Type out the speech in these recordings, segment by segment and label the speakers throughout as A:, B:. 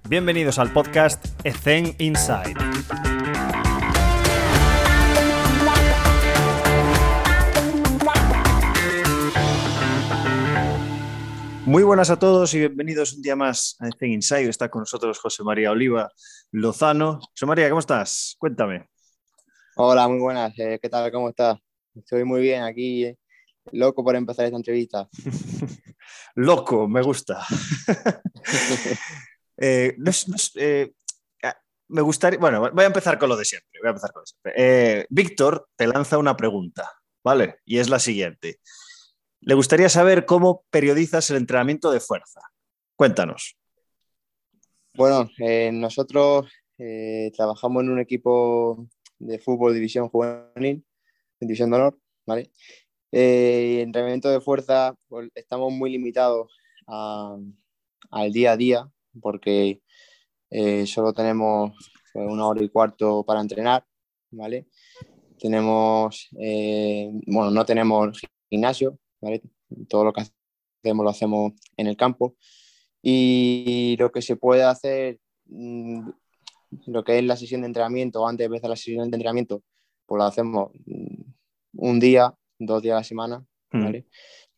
A: Bienvenidos al podcast Ethen Inside. Muy buenas a todos y bienvenidos un día más a Ethen Inside. Está con nosotros José María Oliva Lozano. José María, ¿cómo estás? Cuéntame.
B: Hola, muy buenas. ¿Qué tal? ¿Cómo estás? Estoy muy bien aquí, loco por empezar esta entrevista.
A: Loco, me gusta. Me gustaría, bueno, voy a empezar con lo de siempre. Víctor te lanza una pregunta, ¿vale? Y es la siguiente. Le gustaría saber cómo periodizas el entrenamiento de fuerza. Cuéntanos.
B: Bueno, nosotros trabajamos en un equipo de fútbol división juvenil, división de honor, ¿vale? Entrenamiento de fuerza, pues, estamos muy limitados al día a día porque solo tenemos pues, 1 hora y cuarto para entrenar, ¿vale? No tenemos gimnasio, ¿vale? Todo lo que hacemos lo hacemos en el campo y lo que se puede hacer, lo que es la sesión de entrenamiento o antes de empezar la sesión de entrenamiento, pues lo hacemos un día, 2 días a la semana, ¿vale?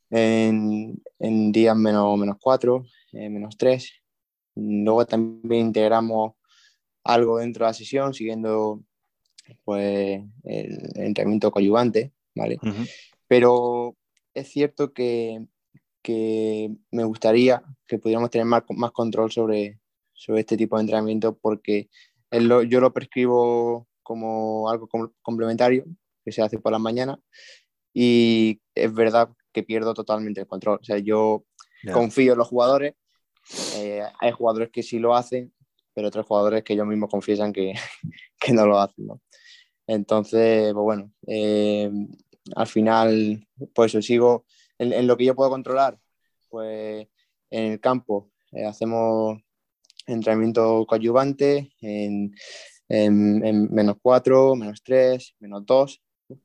B: En días -4, -3. Luego también integramos algo dentro de la sesión siguiendo pues el entrenamiento coadyuvante, ¿vale? Pero es cierto que me gustaría que pudiéramos tener más control sobre este tipo de entrenamiento porque yo lo prescribo como algo complementario que se hace por las mañanas y es verdad que pierdo totalmente el control. O sea, yo confío en los jugadores, hay jugadores que sí lo hacen, pero otros jugadores que ellos mismos confiesan que no lo hacen, ¿no? Entonces, pues bueno, al final, pues eso, sigo en lo que yo puedo controlar, pues en el campo hacemos entrenamiento coadyuvante en -4, -3, -2,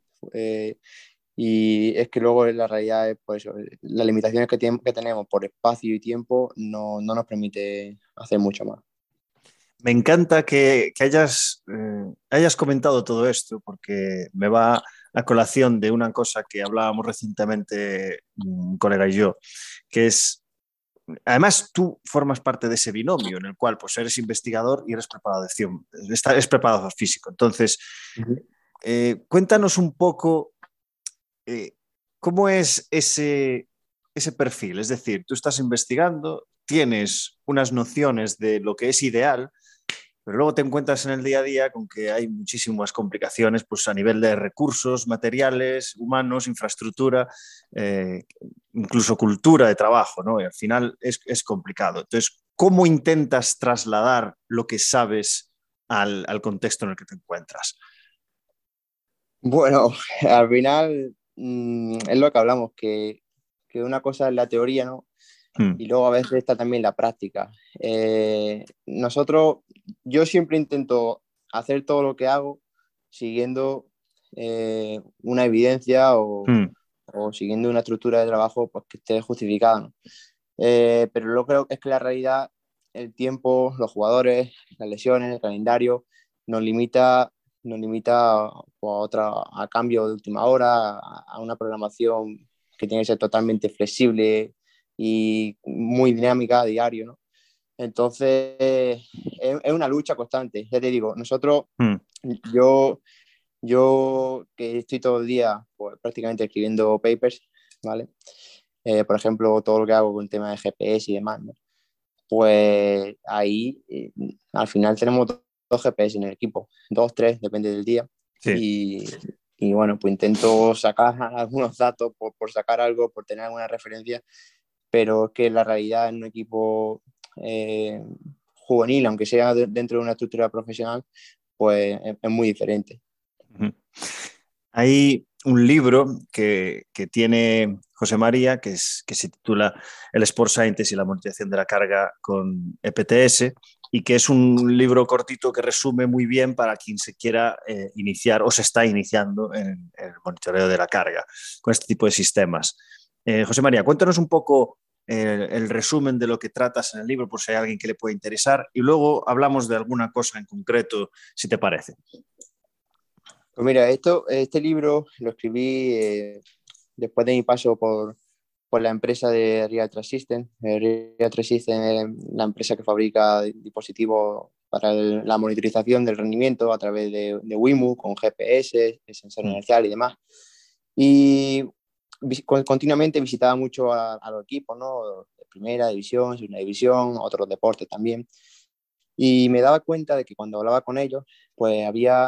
B: y es que luego la realidad es, pues eso, las limitaciones que tenemos por espacio y tiempo no nos permite hacer mucho más.
A: Me encanta que hayas comentado todo esto porque me va a colación de una cosa que hablábamos recientemente un colega y yo, que es, además tú formas parte de ese binomio en el cual pues eres investigador y eres preparador físico. Entonces, cuéntanos un poco cómo es ese perfil. Es decir, tú estás investigando, tienes unas nociones de lo que es ideal, pero luego te encuentras en el día a día con que hay muchísimas complicaciones pues, a nivel de recursos, materiales, humanos, infraestructura, incluso cultura de trabajo, ¿no? Y al final es complicado. Entonces, ¿cómo intentas trasladar lo que sabes al contexto en el que te encuentras?
B: Bueno, al final es lo que hablamos, que una cosa es la teoría, ¿no? Y luego a veces está también la práctica. Yo siempre intento hacer todo lo que hago siguiendo una evidencia o siguiendo una estructura de trabajo pues, que esté justificada, ¿no? Pero luego creo que es que la realidad, el tiempo, los jugadores, las lesiones, el calendario, nos limita a cambio de última hora, a una programación que tiene que ser totalmente flexible y muy dinámica a diario, ¿no? Entonces, es una lucha constante. Ya te digo, yo que estoy todo el día pues, prácticamente escribiendo papers, ¿vale? Por ejemplo, todo lo que hago con el tema de GPS y demás, ¿no? Pues ahí al final tenemos dos GPS en el equipo, 2, 3, depende del día.
A: Sí.
B: Y bueno, pues intento sacar algunos datos por sacar algo, por tener alguna referencia, pero es que la realidad en un equipo juvenil, aunque sea dentro de una estructura profesional, pues es muy diferente.
A: Hay un libro que tiene José María que se titula El Sport Scientist y la monitorización de la carga con EPTS y que es un libro cortito que resume muy bien para quien se quiera iniciar o se está iniciando en el monitoreo de la carga con este tipo de sistemas. José María, cuéntanos un poco el resumen de lo que tratas en el libro, por si hay alguien que le pueda interesar, y luego hablamos de alguna cosa en concreto, si te parece.
B: Pues mira, este libro lo escribí después de mi paso por la empresa de Realtra System. Realtra System es la empresa que fabrica dispositivos para la monitorización del rendimiento a través de WIMU, con GPS, sensor inercial y demás. Y continuamente visitaba mucho a los equipos, ¿no? De primera división, segunda división, otros deportes también. Y me daba cuenta de que cuando hablaba con ellos, pues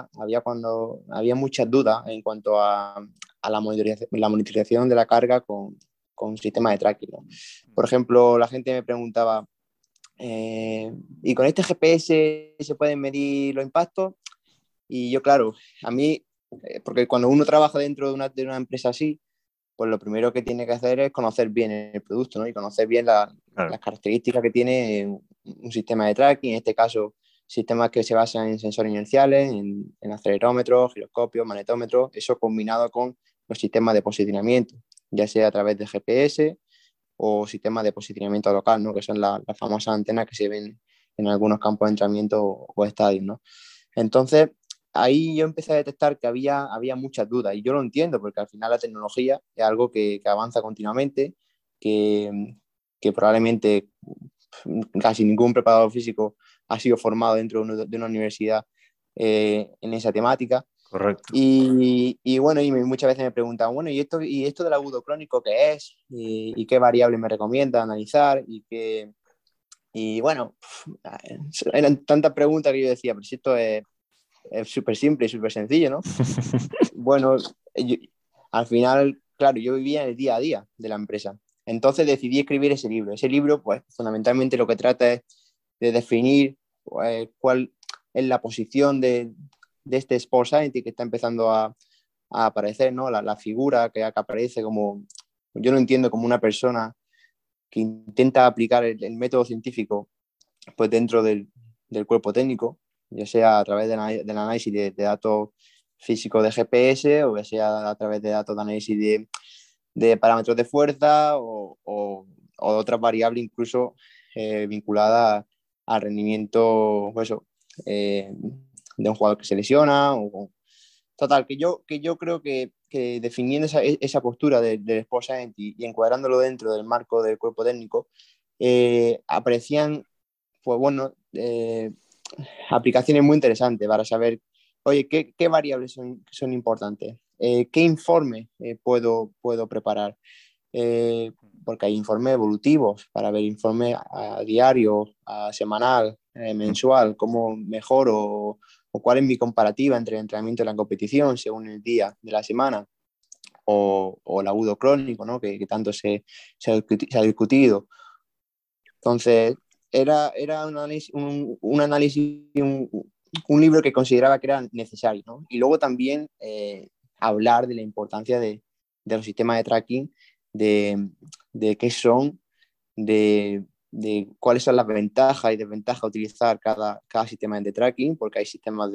B: había muchas dudas en cuanto a la monitorización de la carga con un sistema de tracking, ¿no? Por ejemplo, la gente me preguntaba, ¿y con este GPS se pueden medir los impactos? Y yo, claro, a mí, porque cuando uno trabaja dentro de una empresa así, pues lo primero que tiene que hacer es conocer bien el producto, ¿no? Y conocer bien
A: Claro.
B: las características que tiene un sistema de tracking, en este caso, sistemas que se basan en sensores inerciales, en acelerómetros, giroscopios, magnetómetros, eso combinado con los sistemas de posicionamiento, ya sea a través de GPS o sistemas de posicionamiento local, ¿no? Que son las famosas antenas que se ven en algunos campos de entrenamiento o estadios, ¿no? Entonces, ahí yo empecé a detectar que había muchas dudas y yo lo entiendo porque al final la tecnología es algo que avanza continuamente, que probablemente casi ningún preparador físico ha sido formado dentro de una universidad en esa temática.
A: Correcto.
B: Y bueno, muchas veces me preguntan, bueno, ¿y esto del agudo crónico qué es? ¿Y qué variable me recomienda analizar? Y bueno, eran tantas preguntas que yo decía, pero si esto es súper simple y súper sencillo, ¿no? Bueno, al final, claro, yo vivía en el día a día de la empresa. Entonces decidí escribir ese libro. Ese libro, pues, fundamentalmente lo que trata es de definir cuál es la posición de este Sport Scientist que está empezando a aparecer, ¿no? La figura que aparece como, yo lo entiendo como una persona que intenta aplicar el método científico pues dentro del cuerpo técnico, ya sea a través del análisis de datos físicos de GPS o ya sea a través de datos de análisis de parámetros de fuerza o otras variables incluso vinculadas al rendimiento pues eso, de un jugador que se lesiona. Total, que yo creo que definiendo esa postura del Sport Science y encuadrándolo dentro del marco del cuerpo técnico, aparecían pues bueno, aplicaciones muy interesantes para saber, oye, qué variables son importantes, qué informe puedo preparar, porque hay informes evolutivos para ver informes a diario, a semanal, mensual, cómo mejoro o cuál es mi comparativa entre el entrenamiento y la competición según el día de la semana o el agudo crónico, ¿no? que tanto se ha discutido. Entonces, era un análisis, un libro que consideraba que era necesario, ¿no? Y luego también hablar de la importancia de los sistemas de tracking, de qué son, de cuáles son las ventajas y desventajas de utilizar cada sistema de tracking, porque hay sistemas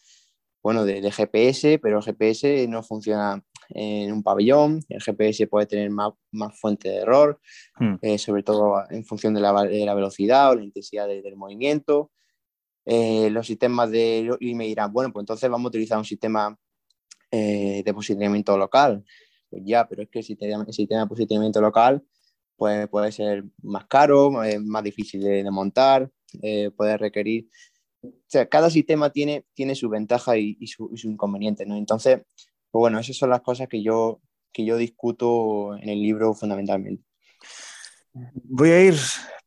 B: de GPS, pero el GPS no funciona en un pabellón, el GPS puede tener más fuente de error, sobre todo en función de la velocidad o la intensidad del movimiento. Los sistemas y me dirán, bueno, pues entonces vamos a utilizar un sistema de posicionamiento local. Pues ya, pero es que el sistema de posicionamiento local pues, puede ser más caro, más difícil de montar, puede requerir. O sea, cada sistema tiene su ventaja y su inconveniente, ¿no? Entonces, pues bueno, esas son las cosas que yo discuto en el libro fundamentalmente.
A: Voy a ir...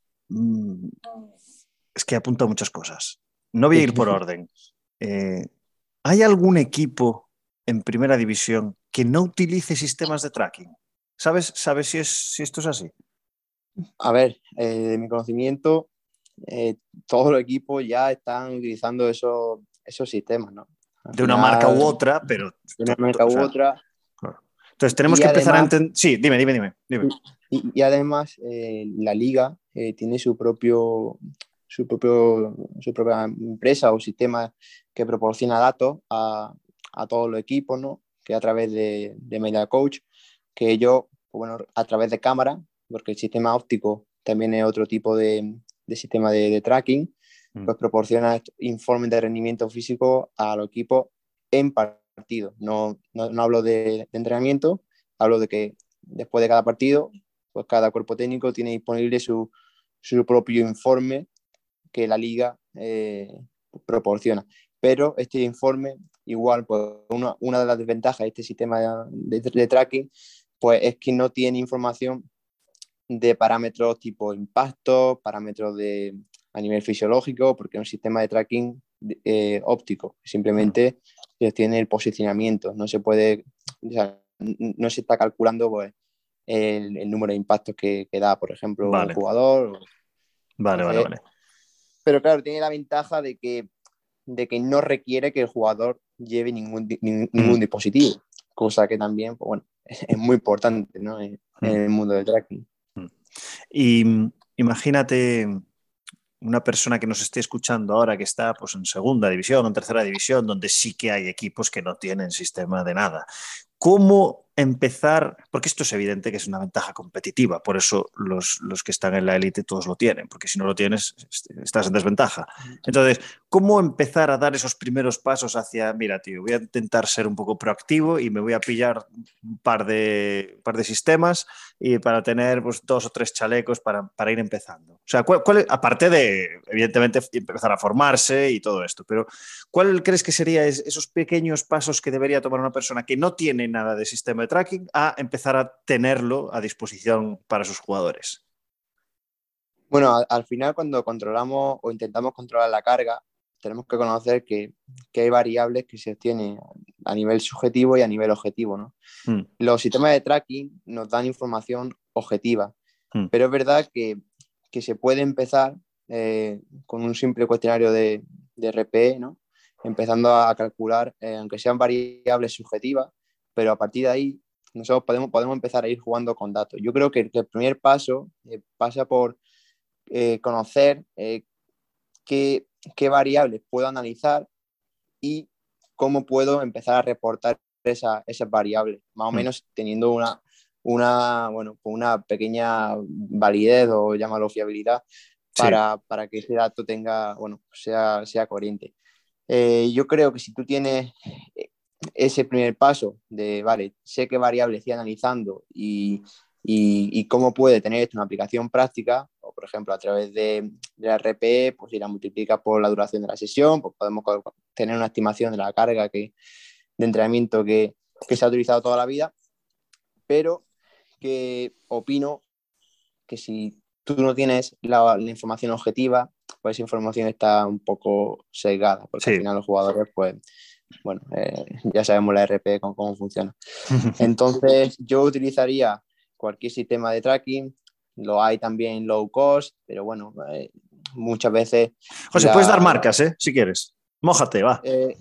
A: Es que apunto muchas cosas. No voy a ir por orden. ¿Hay algún equipo en primera división que no utilice sistemas de tracking? ¿Sabes si esto es así?
B: A ver, de mi conocimiento, todos los equipos ya están utilizando esos sistemas, ¿no? Al
A: De una marca u
B: final,
A: otra, pero...
B: de una marca
A: O
B: u
A: sea,
B: otra.
A: claro. Entonces tenemos
B: Y
A: que empezar a
B: además,
A: entender... Sí, dime.
B: y además la liga tiene su propia empresa o sistema que proporciona datos a todos los equipos, ¿no? Que a través de Media Coach, que ellos, pues bueno, a través de cámara porque el sistema óptico también es otro tipo de sistema de tracking, pues proporciona informes de rendimiento físico a los equipos en partido. No hablo de entrenamiento, hablo de que después de cada partido, pues cada cuerpo técnico tiene disponible su propio informe que la liga proporciona. Pero este informe, igual, pues una de las desventajas de este sistema de tracking, pues es que no tiene información de parámetros tipo impacto, parámetros a nivel fisiológico, porque es un sistema de tracking óptico. Simplemente tiene el posicionamiento. No se puede, o sea, no se está calculando pues, el número de impactos que da, por ejemplo, un jugador.
A: Vale.
B: Pero claro, tiene la ventaja de que no requiere que el jugador lleve ningún dispositivo, cosa que también, pues, bueno, es muy importante, ¿no? En el mundo del tracking.
A: Y imagínate una persona que nos esté escuchando ahora que está pues, en segunda división o en tercera división, donde sí que hay equipos que no tienen sistema de nada. ¿Cómo empezar? Porque esto es evidente que es una ventaja competitiva, por eso los que están en la élite todos lo tienen, porque si no lo tienes estás en desventaja. Entonces, ¿cómo empezar a dar esos primeros pasos hacia, mira, tío, voy a intentar ser un poco proactivo y me voy a pillar un par de sistemas y para tener pues, 2 o 3 chalecos para ir empezando? O sea, aparte de, evidentemente, empezar a formarse y todo esto, pero ¿cuál crees que serían esos pequeños pasos que debería tomar una persona que no tiene nada de sistema de tracking a empezar a tenerlo a disposición para sus jugadores?
B: Bueno, al final cuando controlamos o intentamos controlar la carga, tenemos que conocer que hay variables que se obtienen a nivel subjetivo y a nivel objetivo, ¿no? Los sistemas de tracking nos dan información objetiva, pero es verdad que se puede empezar con un simple cuestionario de RPE, ¿no? Empezando a calcular, aunque sean variables subjetivas, pero a partir de ahí nosotros podemos empezar a ir jugando con datos. Yo creo que el primer paso pasa por conocer qué variables puedo analizar y cómo puedo empezar a reportar esas variables, más o menos teniendo una pequeña validez o llámalo fiabilidad para que ese dato sea coherente. Yo creo que si tú tienes ese primer paso de, vale, sé qué variables estoy analizando y cómo puede tener esto una aplicación práctica, o por ejemplo a través de la RPE, pues si la multiplicas por la duración de la sesión, pues podemos tener una estimación de la carga de entrenamiento que se ha utilizado toda la vida, pero que opino que si tú no tienes la información objetiva, pues esa información está un poco sesgada, porque al final los jugadores, pues, bueno, ya sabemos la RP cómo funciona. Entonces, yo utilizaría cualquier sistema de tracking, lo hay también low cost, pero bueno, muchas veces...
A: José, puedes dar marcas, si quieres. Mójate, va.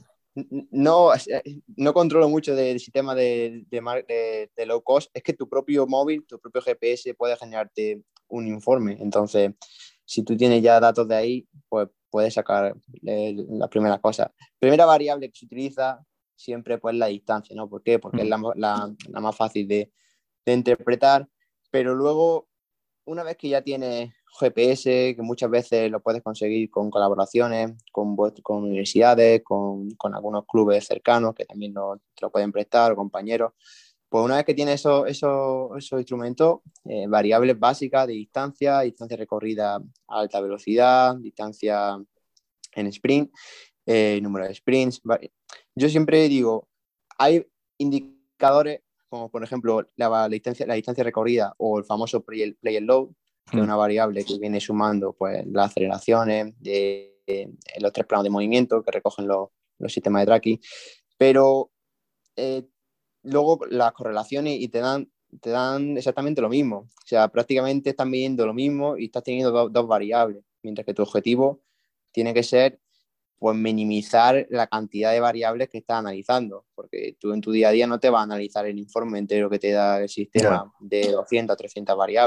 B: No controlo mucho del sistema de low cost. Es que tu propio móvil, tu propio GPS puede generarte un informe. Entonces, si tú tienes ya datos de ahí, pues puedes sacar la primera cosa. Primera variable que se utiliza siempre pues la distancia, ¿no? ¿Por qué? Porque es la más fácil de interpretar, pero luego, una vez que ya tienes GPS, que muchas veces lo puedes conseguir con colaboraciones, con universidades, con algunos clubes cercanos que también te lo pueden prestar, o compañeros, pues una vez que tienes esos instrumentos, variables básicas de distancia recorrida a alta velocidad, distancia en sprint, número de sprints. Yo siempre digo, hay indicadores como por ejemplo la distancia recorrida o el famoso play and load, que es una variable que viene sumando pues, las aceleraciones de los 3 planos de movimiento que recogen los sistemas de tracking, pero luego las correlaciones y te dan exactamente lo mismo. O sea, prácticamente están midiendo lo mismo y estás teniendo dos variables, mientras que tu objetivo tiene que ser pues minimizar la cantidad de variables que estás analizando, porque tú en tu día a día no te vas a analizar el informe entero que te da el sistema de 200 a 300 variables.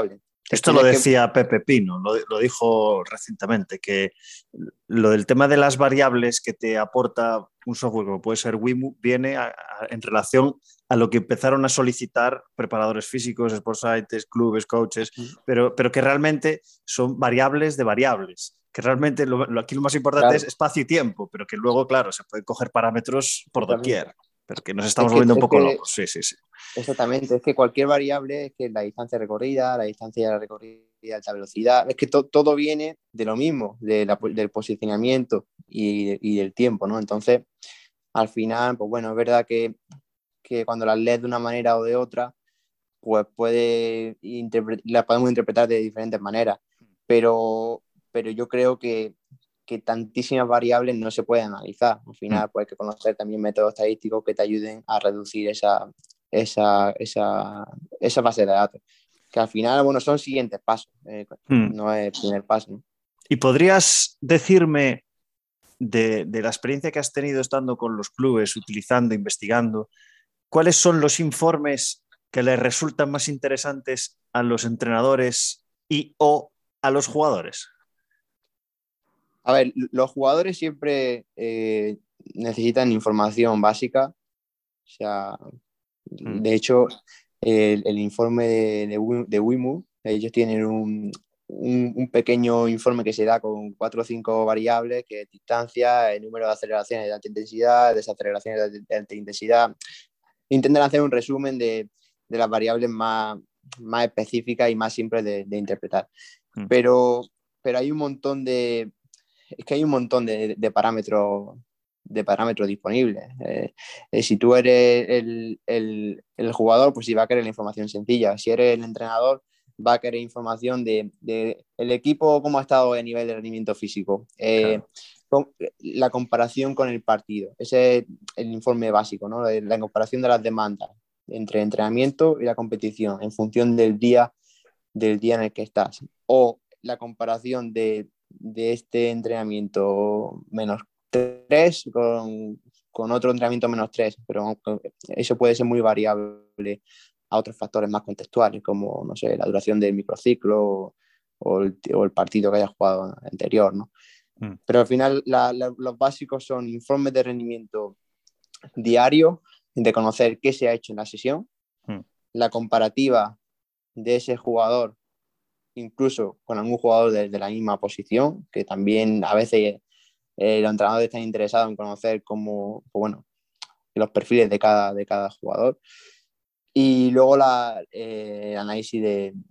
A: Esto lo decía Pepe Pino, lo dijo recientemente, que lo del tema de las variables que te aporta un software como puede ser Wimu viene en relación a lo que empezaron a solicitar preparadores físicos, sports scientists, clubes, coaches, pero que realmente son variables de variables, que realmente aquí lo más importante es espacio y tiempo, pero que luego, claro, se pueden coger parámetros por doquier, pero que nos estamos volviendo un poco locos. Sí.
B: Exactamente, es que cualquier variable, es que la distancia recorrida, la distancia recorrida de alta velocidad, es que todo viene de lo mismo, del posicionamiento y del tiempo, ¿no? Entonces, al final, pues bueno, es verdad que cuando las lees de una manera o de otra, pues las podemos interpretar de diferentes maneras, pero yo creo que tantísimas variables no se pueden analizar. Al final, pues hay que conocer también métodos estadísticos que te ayuden a reducir esa base de datos, que al final, bueno, son siguientes pasos, no es el primer paso, ¿no?
A: ¿Y podrías decirme de la experiencia que has tenido estando con los clubes, utilizando, investigando, cuáles son los informes que les resultan más interesantes a los entrenadores y o a los jugadores?
B: A ver, los jugadores siempre necesitan información básica, o sea, de hecho, el informe de Wimu, ellos tienen un pequeño informe que se da con 4 o 5 variables, que es distancia, el número de aceleraciones de alta intensidad, desaceleraciones de alta intensidad. Intentan hacer un resumen de las variables más específicas y más simples de interpretar. Pero hay un montón de parámetros disponibles. Si tú eres el jugador, pues sí va a querer la información sencilla. Si eres el entrenador, va a querer información de el equipo, cómo ha estado a nivel de rendimiento físico. Claro. La comparación con el partido. Ese es el informe básico, ¿no? La comparación de las demandas entre entrenamiento y la competición en función del día en el que estás. O la comparación de este entrenamiento -3 con otro entrenamiento -3, pero eso puede ser muy variable a otros factores más contextuales, como, no sé, la duración del microciclo o el partido que hayas jugado anterior, ¿no? Pero al final los básicos son informes de rendimiento diario, de conocer qué se ha hecho en la sesión, la comparativa de ese jugador incluso con algún jugador de la misma posición, que también a veces los entrenadores están interesados en conocer cómo, pues bueno, los perfiles de cada jugador. Y luego el análisis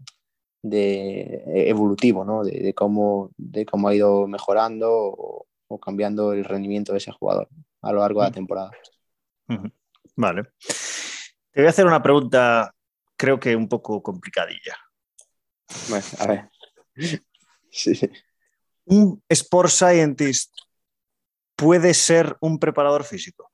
B: evolutivo, ¿no? de cómo ha ido mejorando o cambiando el rendimiento de ese jugador a lo largo de la temporada.
A: Vale. Te voy a hacer una pregunta, creo que un poco complicadilla.
B: Bueno, a ver. Sí.
A: ¿Un sport scientist puede ser un preparador físico?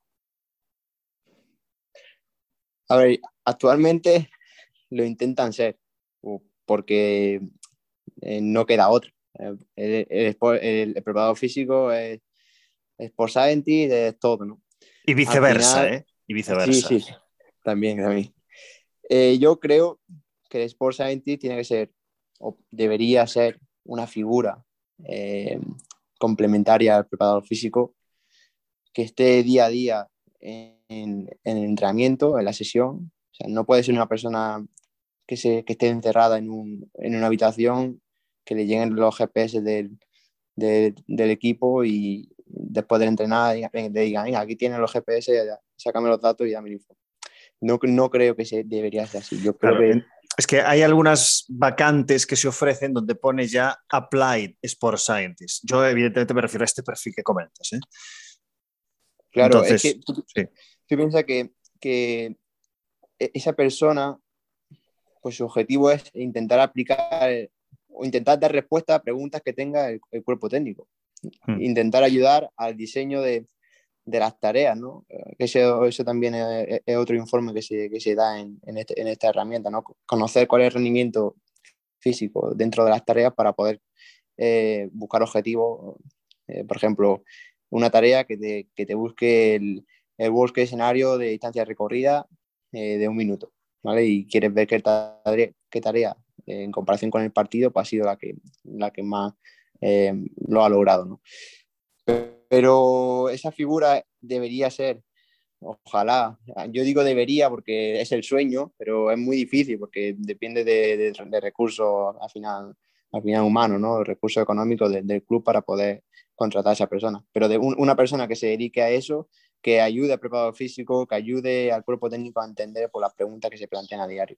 B: A ver, actualmente lo intentan ser, porque no queda otro. El preparador físico es sport scientist, es todo, ¿no?
A: Y viceversa,
B: final,
A: ¿eh? Y viceversa.
B: Sí, también. Yo creo que el sport scientist tiene que ser, o debería ser, una figura complementaria al preparador físico, que esté día a día en el entrenamiento, en la sesión. O sea, no puede ser una persona que esté encerrada en una habitación, que le lleguen los GPS del equipo y después de entrenar le digan, aquí tienen los GPS, sácame los datos y dame el info. No creo que debería ser así. Yo creo que...
A: Es que hay algunas vacantes que se ofrecen donde pone ya Applied Sport Scientist. Yo evidentemente me refiero a este perfil que comentas, ¿eh?
B: Claro,
A: entonces,
B: es que tú piensas que esa persona, pues su objetivo es intentar aplicar o intentar dar respuesta a preguntas que tenga el cuerpo técnico. Intentar ayudar al diseño de las tareas, ¿no? Eso también es otro informe que se da en esta herramienta, ¿no? Conocer cuál es el rendimiento físico dentro de las tareas para poder buscar objetivos. Por ejemplo, una tarea que te busque el worst case escenario de distancia recorrida de 1 minuto, ¿vale? Y quieres ver qué tarea en comparación con el partido, pues ha sido la que más lo ha logrado, ¿no? Pero esa figura debería ser, ojalá, yo digo debería porque es el sueño, pero es muy difícil porque depende de recursos al final humanos, ¿no? Recursos económicos del club para poder contratar a esa persona. Pero de una persona que se dedique a eso, que ayude al preparador físico, que ayude al cuerpo técnico a entender por las preguntas que se plantean a diario.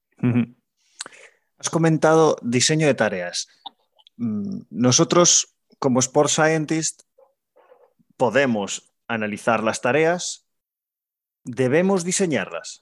A: Has comentado diseño de tareas. Nosotros, como Sport Scientist, podemos analizar las tareas, debemos diseñarlas.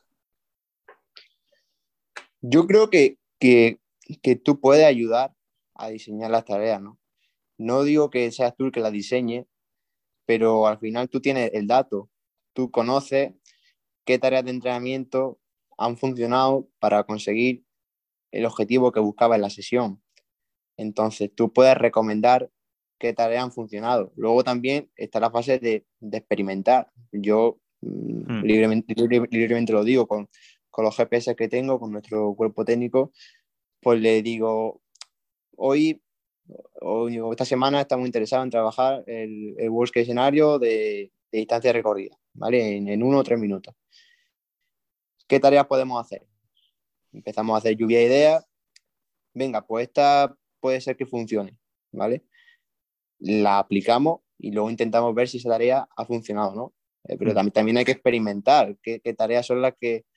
B: Yo creo que tú puedes ayudar a diseñar las tareas, ¿no? No digo que seas tú el que las diseñe, pero al final tú tienes el dato, tú conoces qué tareas de entrenamiento han funcionado para conseguir el objetivo que buscaba en la sesión. Entonces tú puedes recomendar qué tareas han funcionado. Luego también está la fase de experimentar. Yo libremente lo digo con los GPS que tengo, con nuestro cuerpo técnico, pues le digo, hoy esta semana estamos interesados en trabajar el worst case escenario de distancia recorrida, ¿vale? En 1 o 3 minutos. ¿Qué tareas podemos hacer? Empezamos a hacer lluvia de ideas. Venga, pues esta puede ser que funcione, ¿vale? La aplicamos y luego intentamos ver si esa tarea ha funcionado, ¿no? Pero también hay que experimentar qué tareas son las que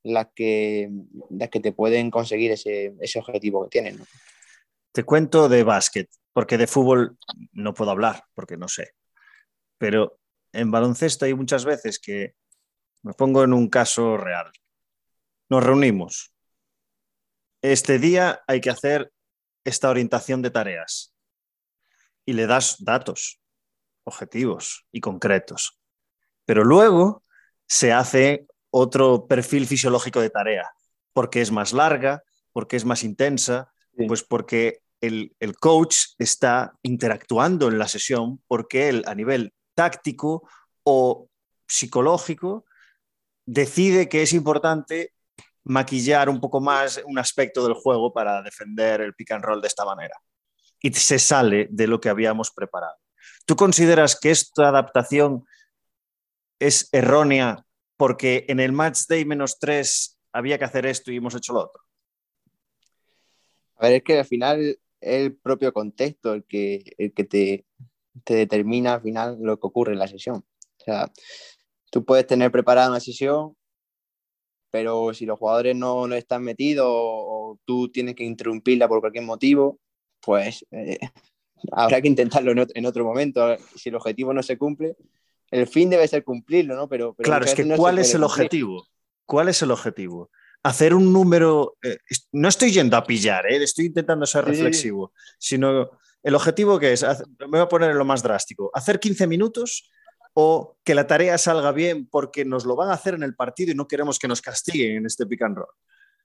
B: te pueden conseguir ese objetivo que tienen, ¿no?
A: Te cuento de básquet, porque de fútbol no puedo hablar, porque no sé. Pero en baloncesto hay muchas veces que me pongo en un caso real. Nos reunimos. Este día hay que hacer esta orientación de tareas y le das datos, objetivos y concretos. Pero luego se hace otro perfil fisiológico de tarea, porque es más larga, porque es más intensa,
B: Sí.
A: pues porque el coach está interactuando en la sesión, porque él a nivel táctico o psicológico decide que es importante maquillar un poco más un aspecto del juego para defender el pick and roll de esta manera. Y se sale de lo que habíamos preparado. ¿Tú consideras que esta adaptación es errónea porque en el match day -3 había que hacer esto y hemos hecho lo otro?
B: A ver, es que al final es el propio contexto el que te determina al final lo que ocurre en la sesión. O sea, tú puedes tener preparada una sesión, pero si los jugadores no están metidos o tú tienes que interrumpirla por cualquier motivo, pues habrá que intentarlo en otro momento. Si el objetivo no se cumple, el fin debe ser cumplirlo, ¿no? Pero
A: Claro, es
B: muchas veces
A: que
B: no se
A: ¿cuál es
B: puede
A: el
B: cumplir.
A: objetivo? ¿Cuál es el objetivo? Hacer un número... no estoy yendo a pillar, estoy intentando ser
B: Sí.
A: reflexivo, sino el objetivo que es, me voy a poner en lo más drástico, hacer 15 minutos o que la tarea salga bien porque nos lo van a hacer en el partido y no queremos que nos castiguen en este pick and roll.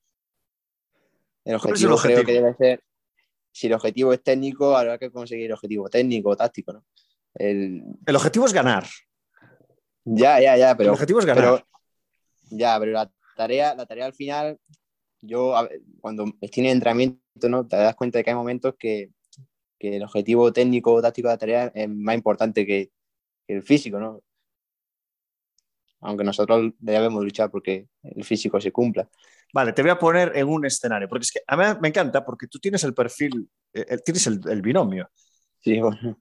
B: El
A: ¿Cuál es el
B: objetivo creo que
A: objetivo?
B: debe ser, si el objetivo es técnico, habrá que conseguir el objetivo técnico o táctico, ¿no?
A: El objetivo es ganar.
B: Ya,
A: El objetivo es ganar.
B: pero la tarea al final, cuando estoy en entrenamiento, ¿no? Te das cuenta de que hay momentos que el objetivo técnico o táctico de la tarea es más importante que el físico, ¿no? Aunque nosotros debemos luchar porque el físico se cumpla.
A: Vale, te voy a poner en un escenario, porque es que a mí me encanta porque tú tienes el perfil, tienes el binomio.
B: Sí, bueno.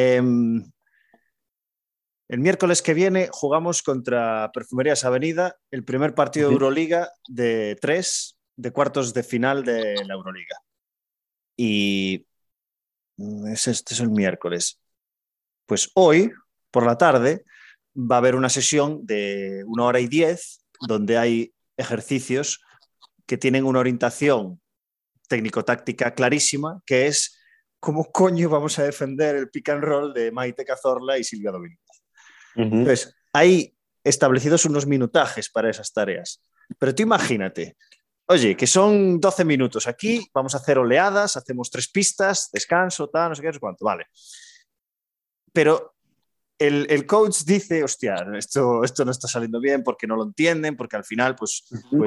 A: El miércoles que viene jugamos contra Perfumerías Avenida, el primer partido de Euroliga de 3 de cuartos de final de la Euroliga. Y este es el miércoles. Pues hoy, por la tarde, va a haber una sesión de 1 hora y 10 donde hay ejercicios que tienen una orientación técnico-táctica clarísima, que es cómo coño vamos a defender el pick and roll de Maite Cazorla y Silvia Domínguez. Entonces, hay establecidos unos minutajes para esas tareas. Pero tú imagínate, oye, que son 12 minutos aquí, vamos a hacer oleadas, hacemos 3 pistas, descanso, tal, no sé qué, no sé cuánto, vale. Pero el coach dice, hostia, esto no está saliendo bien porque no lo entienden, porque al final, pues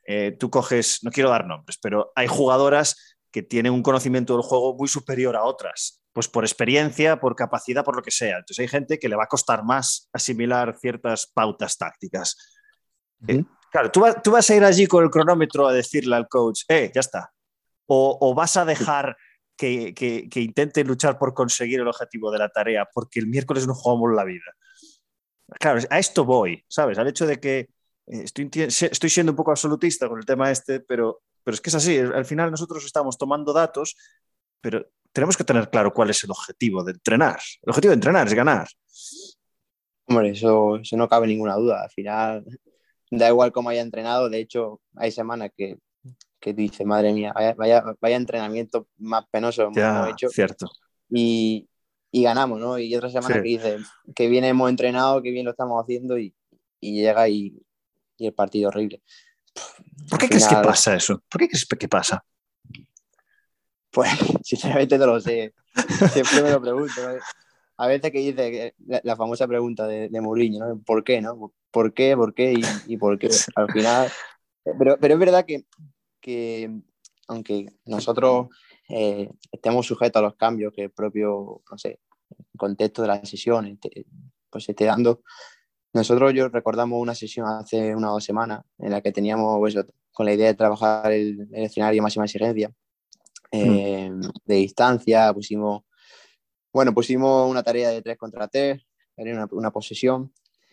A: tú coges, no quiero dar nombres, pero hay jugadoras que tienen un conocimiento del juego muy superior a otras, pues por experiencia, por capacidad, por lo que sea. Entonces hay gente que le va a costar más asimilar ciertas pautas tácticas. Claro, tú vas a ir allí con el cronómetro a decirle al coach, ya está. O vas a dejar que intente luchar por conseguir el objetivo de la tarea, porque el miércoles no jugamos la vida. Claro, a esto voy, ¿sabes? Al hecho de que estoy siendo un poco absolutista con el tema pero es que es así. Al final nosotros estamos tomando datos, pero tenemos que tener claro cuál es el objetivo de entrenar. El objetivo de entrenar es ganar.
B: Hombre, eso no cabe ninguna duda. Al final, da igual cómo haya entrenado. De hecho, hay semanas que dice, madre mía, vaya entrenamiento más penoso hemos hecho.
A: Cierto.
B: Y ganamos, ¿no? Y otra semana que dice que bien hemos entrenado, que bien lo estamos haciendo y llega y el partido horrible.
A: ¿Por qué crees que pasa eso? ¿Por qué crees que pasa?
B: Pues sinceramente no lo sé. Siempre me lo pregunto, ¿no? A veces que dice la famosa pregunta de Mourinho, ¿no? ¿Por qué, no? ¿Por qué y por qué? Al final... Pero es verdad que aunque nosotros estemos sujetos a los cambios que el propio, no sé, contexto de las sesiones pues esté dando, yo recordamos una sesión hace 1 o 2 semanas en la que teníamos pues, con la idea de trabajar el escenario de máxima exigencia de distancia, pusimos una tarea de 3 contra 3, era una posesión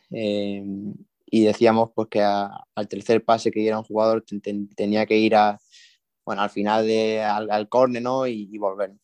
B: y decíamos pues que al tercer pase que diera un jugador tenía que ir al final al córner, ¿no? y volver.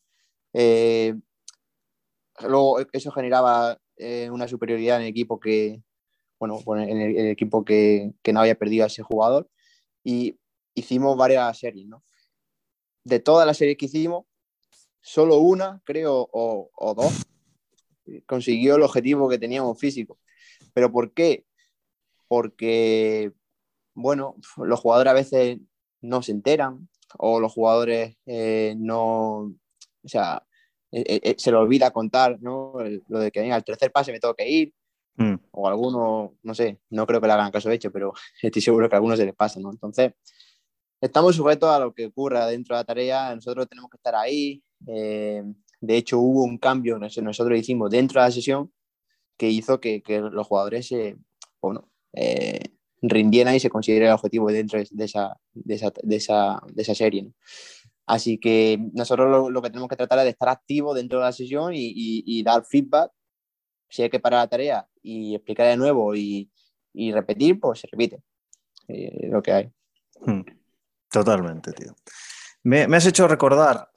B: Luego eso generaba una superioridad en el equipo en el equipo que no había perdido a ese jugador y hicimos varias series, ¿no? De todas las series que hicimos, solo una, creo, o 2, consiguió el objetivo que teníamos físico. ¿Pero por qué? Porque, los jugadores a veces no se enteran o los jugadores no... O sea, se le olvida contar, ¿no? Lo de que venga, al tercer pase me tengo que ir. O algunos, no sé, no creo que le hagan caso hecho, pero estoy seguro que a algunos se les pasa, ¿no? Entonces, estamos sujetos a lo que ocurra dentro de la tarea, nosotros tenemos que estar ahí. De hecho, hubo un cambio que nosotros hicimos dentro de la sesión que hizo que los jugadores rindieran y se considere el objetivo dentro de esa serie, ¿no? Así que nosotros lo que tenemos que tratar es de estar activos dentro de la sesión y dar feedback. Si hay que parar la tarea y explicar de nuevo y repetir, pues se repite lo que hay.
A: Totalmente, tío. Me has hecho recordar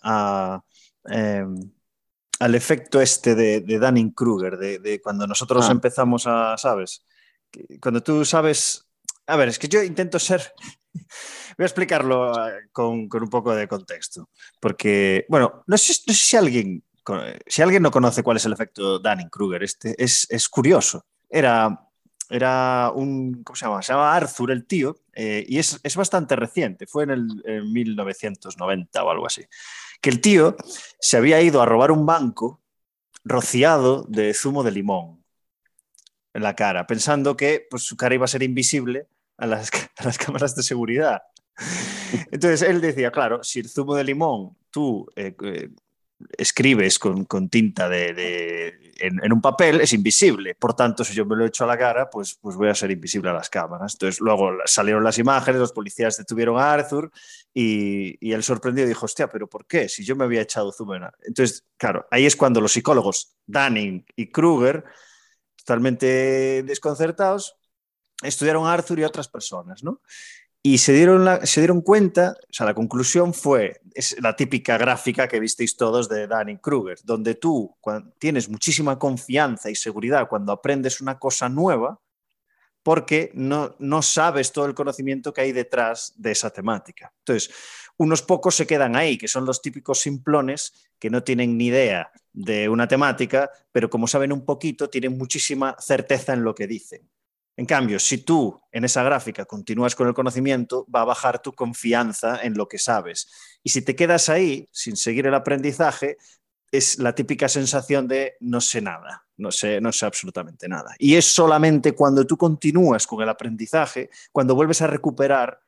A: al efecto de Dunning-Kruger, de cuando nosotros empezamos ¿sabes? Cuando tú sabes... A ver, es que yo intento ser... Voy a explicarlo con un poco de contexto. Porque, no sé si alguien no conoce cuál es el efecto Dunning-Kruger, es curioso. Era un... ¿Cómo se llama? Se llama Arthur el tío, y es bastante reciente. Fue en 1990 o algo así. Que el tío se había ido a robar un banco rociado de zumo de limón en la cara, pensando que pues, su cara iba a ser invisible a las cámaras de seguridad. Entonces él decía, claro, si el zumo de limón tú escribes con tinta en un papel, es invisible. Por tanto, si yo me lo echo a la cara, pues voy a ser invisible a las cámaras. Entonces luego salieron las imágenes, los policías detuvieron a Arthur y él sorprendido dijo, hostia, ¿pero por qué? Si yo me había echado zumo en... Entonces, claro, ahí es cuando los psicólogos Dunning y Kruger, totalmente desconcertados, estudiaron a Arthur y a otras personas, ¿no? Y se dieron cuenta, o sea, la conclusión es la típica gráfica que visteis todos de Dunning-Kruger, donde tú tienes muchísima confianza y seguridad cuando aprendes una cosa nueva, porque no sabes todo el conocimiento que hay detrás de esa temática. Entonces, unos pocos se quedan ahí, que son los típicos simplones que no tienen ni idea de una temática, pero como saben un poquito, tienen muchísima certeza en lo que dicen. En cambio, si tú en esa gráfica continúas con el conocimiento, va a bajar tu confianza en lo que sabes. Y si te quedas ahí sin seguir el aprendizaje, es la típica sensación de no sé nada, no sé absolutamente nada. Y es solamente cuando tú continúas con el aprendizaje, cuando vuelves a recuperar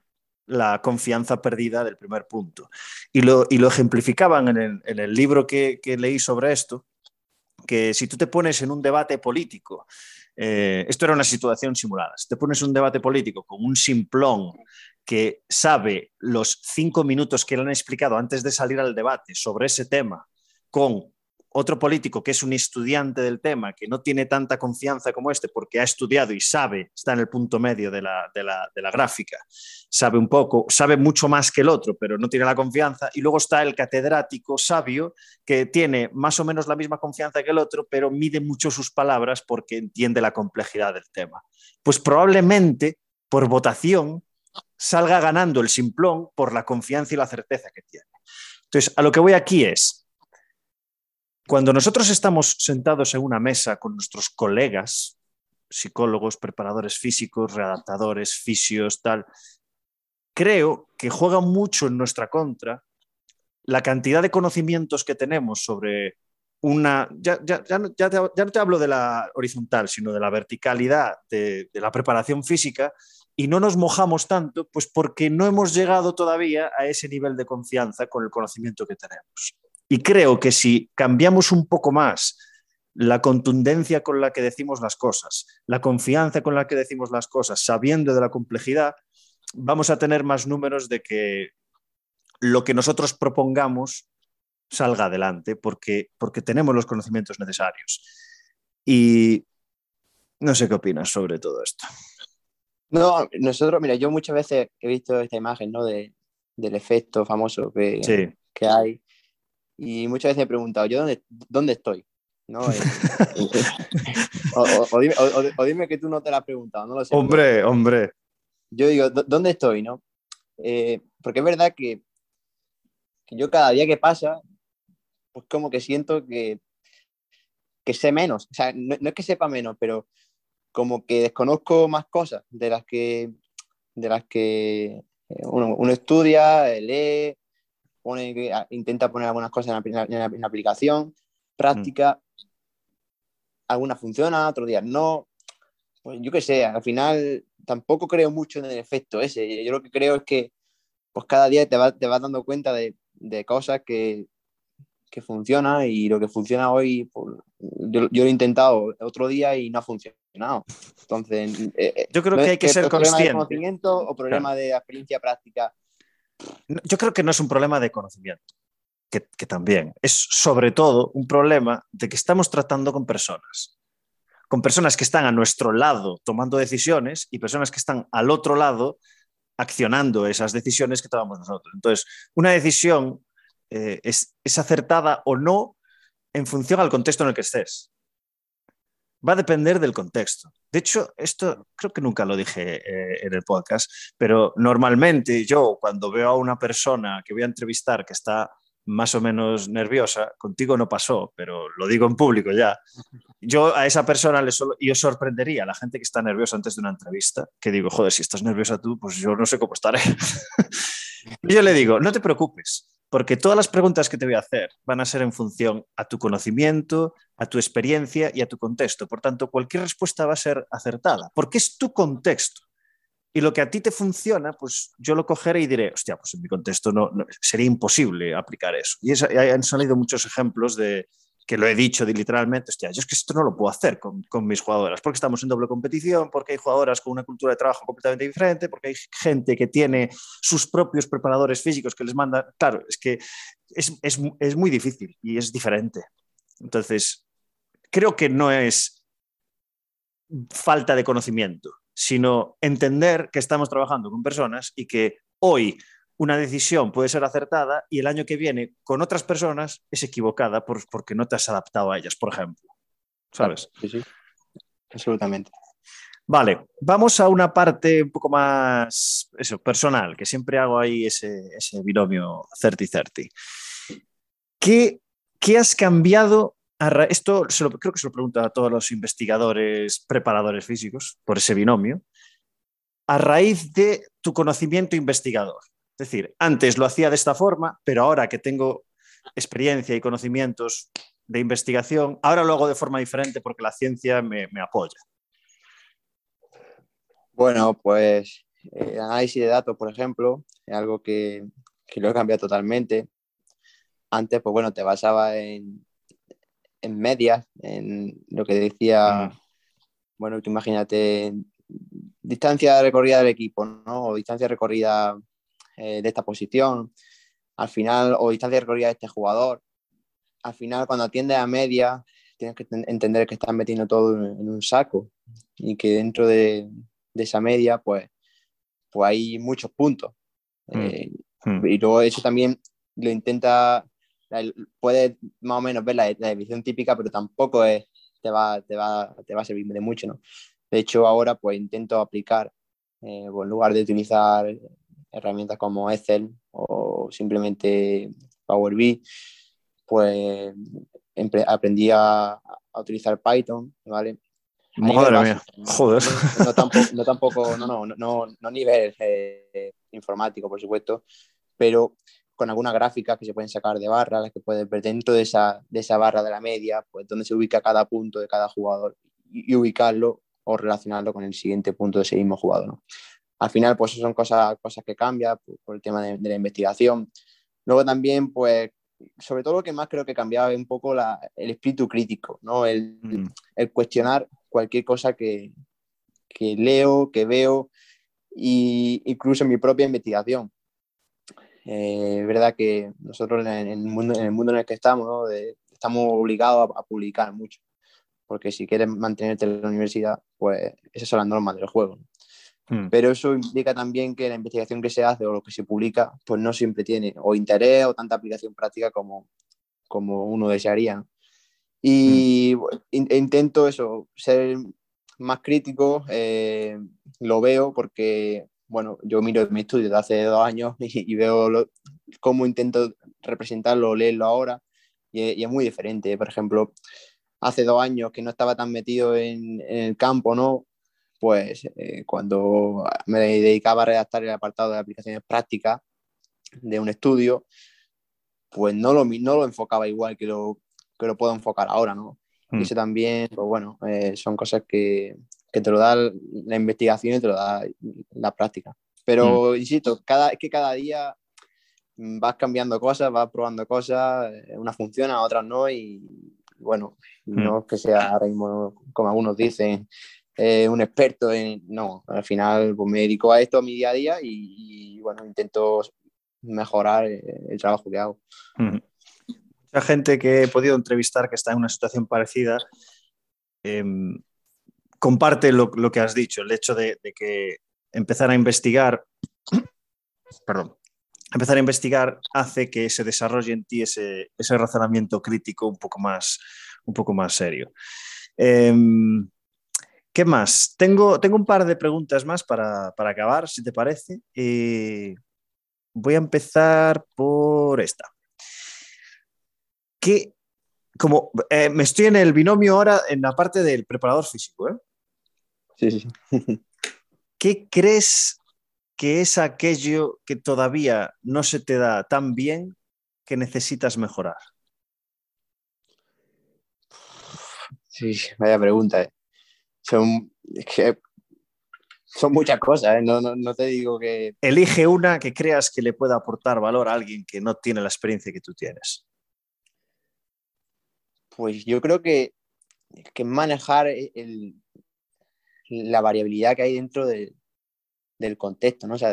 A: la confianza perdida del primer punto. Y lo ejemplificaban en el libro que leí sobre esto, que si tú te pones en un debate político, esto era una situación simulada, si te pones en un debate político con un simplón que sabe los 5 minutos que le han explicado antes de salir al debate sobre ese tema, con otro político que es un estudiante del tema, que no tiene tanta confianza como este porque ha estudiado y sabe, está en el punto medio de la gráfica, sabe un poco, sabe mucho más que el otro, pero no tiene la confianza, y luego está el catedrático sabio que tiene más o menos la misma confianza que el otro, pero mide mucho sus palabras porque entiende la complejidad del tema. Pues probablemente por votación salga ganando el simplón por la confianza y la certeza que tiene. Entonces, a lo que voy aquí es, cuando nosotros estamos sentados en una mesa con nuestros colegas, psicólogos, preparadores físicos, readaptadores, fisios, tal, creo que juega mucho en nuestra contra la cantidad de conocimientos que tenemos sobre una... Ya no te hablo de la horizontal, sino de la verticalidad de la preparación física, y no nos mojamos tanto, pues porque no hemos llegado todavía a ese nivel de confianza con el conocimiento que tenemos. Y creo que si cambiamos un poco más la contundencia con la que decimos las cosas, la confianza con la que decimos las cosas, sabiendo de la complejidad, vamos a tener más números de que lo que nosotros propongamos salga adelante porque tenemos los conocimientos necesarios. Y no sé qué opinas sobre todo esto.
B: No, nosotros, mira, yo muchas veces he visto esta imagen, ¿no? Del efecto famoso
A: Sí.
B: que hay, y muchas veces he preguntado, ¿yo dónde estoy? ¿No? O dime que tú no te la has preguntado, no lo sé.
A: Hombre.
B: Yo digo, ¿dónde estoy? ¿No? Porque es verdad que yo cada día que pasa, pues como que siento que sé menos. O sea, no es que sepa menos, pero como que desconozco más cosas de las que uno estudia, lee, intenta poner algunas cosas en la aplicación, práctica, algunas funcionan, otros días no. Pues yo qué sé, al final tampoco creo mucho en el efecto ese. Yo lo que creo es que pues cada día te vas dando cuenta de cosas que funcionan, y lo que funciona hoy, pues, yo lo he intentado otro día y no ha funcionado. Entonces,
A: yo creo
B: ¿no
A: que
B: es
A: hay que ser
B: problema de
A: consciente.
B: conocimiento o
A: Claro.
B: problema de experiencia práctica?
A: Yo creo que no es un problema de conocimiento, que también es sobre todo un problema de que estamos tratando con personas que están a nuestro lado tomando decisiones y personas que están al otro lado accionando esas decisiones que tomamos nosotros. Entonces, una decisión es acertada o no en función al contexto en el que estés. Va a depender del contexto. De hecho, esto creo que nunca lo dije en el podcast, pero normalmente yo cuando veo a una persona que voy a entrevistar que está más o menos nerviosa, contigo no pasó, pero lo digo en público ya, yo a esa persona yo sorprendería a la gente que está nerviosa antes de una entrevista, que digo, joder, si estás nerviosa tú, pues yo no sé cómo estaré. Y yo le digo, no te preocupes, porque todas las preguntas que te voy a hacer van a ser en función a tu conocimiento, a tu experiencia y a tu contexto. Por tanto, cualquier respuesta va a ser acertada, porque es tu contexto. Y lo que a ti te funciona, pues yo lo cogeré y diré, hostia, pues en mi contexto sería imposible aplicar eso. Y han salido muchos ejemplos de que lo he dicho literalmente, hostia, yo es que esto no lo puedo hacer con mis jugadoras, porque estamos en doble competición, porque hay jugadoras con una cultura de trabajo completamente diferente, porque hay gente que tiene sus propios preparadores físicos que les manda, claro, es que es muy difícil y es diferente. Entonces, creo que no es falta de conocimiento, sino entender que estamos trabajando con personas y que hoy una decisión puede ser acertada y el año que viene con otras personas es equivocada porque no te has adaptado a ellas, por ejemplo. ¿Sabes?
B: Claro, sí, absolutamente.
A: Vale, vamos a una parte un poco más personal, que siempre hago ahí ese binomio 30-30. ¿Qué has cambiado? Esto creo que se lo pregunto a todos los investigadores, preparadores físicos, por ese binomio, a raíz de tu conocimiento investigador. Es decir, antes lo hacía de esta forma, pero ahora que tengo experiencia y conocimientos de investigación, ahora lo hago de forma diferente porque la ciencia me apoya.
B: Bueno, pues El análisis de datos, por ejemplo, es algo que lo he cambiado totalmente. Antes, pues bueno, te basaba en medias, en lo que decía, bueno, tú imagínate, distancia recorrida del equipo, ¿no? O distancia recorrida de esta posición, al final, o distancia recorrida de este jugador. Al final, cuando atiendes a media, tienes que entender que estás metiendo todo en un saco y que dentro de esa media, pues hay muchos puntos. Y luego eso también lo intenta, puedes más o menos ver la división típica, pero tampoco te va a servir de mucho, ¿no? De hecho, ahora pues intento aplicar, en lugar de utilizar herramientas como Excel o simplemente Power BI, pues aprendí a utilizar Python, ¿vale? A nivel
A: Madre mía,
B: básico,
A: joder.
B: no nivel informático, por supuesto, pero con algunas gráficas que se pueden sacar de barras, que puedes ver dentro de esa barra de la media, pues donde se ubica cada punto de cada jugador y ubicarlo o relacionarlo con el siguiente punto de ese mismo jugador, ¿no? Al final, pues son cosas que cambian por el tema de la investigación. Luego también, pues, sobre todo lo que más creo que cambiaba es un poco el espíritu crítico, ¿no? El cuestionar cualquier cosa que leo, que veo, e incluso en mi propia investigación. Es verdad que nosotros en el mundo en el que estamos, ¿no? Estamos obligados a publicar mucho, porque si quieres mantenerte en la universidad, pues esas son las normas del juego. Pero eso implica también que la investigación que se hace o lo que se publica, pues no siempre tiene o interés o tanta aplicación práctica como uno desearía, ¿no? Y intento eso, ser más crítico, lo veo porque, bueno, yo miro mi estudio de hace 2 años y veo cómo intento representarlo, leerlo ahora, y es muy diferente. Por ejemplo, hace 2 años que no estaba tan metido en el campo, ¿no? Pues cuando me dedicaba a redactar el apartado de aplicaciones prácticas de un estudio, pues no lo enfocaba igual que lo puedo enfocar ahora, ¿no? Y eso también, pues bueno, son cosas que te lo da la investigación y te lo da la práctica. Pero, insisto, es que cada día vas cambiando cosas, vas probando cosas, unas funcionan, otras no, y bueno, no es que sea ahora mismo, como algunos dicen, un experto no, al final pues me dedico a esto a mi día a día y bueno, intento mejorar el trabajo que hago.
A: Mucha gente que he podido entrevistar que está en una situación parecida comparte lo que has dicho, el hecho de que empezar a investigar, empezar a investigar hace que se desarrolle en ti ese razonamiento crítico un poco más serio. ¿Qué más? Tengo un par de preguntas más para acabar, si te parece. Voy a empezar por esta. Me estoy en el binomio ahora en la parte del preparador físico, ¿eh?
B: Sí.
A: ¿Qué crees que es aquello que todavía no se te da tan bien que necesitas mejorar?
B: Sí, vaya pregunta. Son muchas cosas, ¿eh? No te digo que...
A: Elige una que creas que le pueda aportar valor a alguien que no tiene la experiencia que tú tienes.
B: Pues yo creo que manejar la variabilidad que hay dentro del contexto, ¿no? O sea,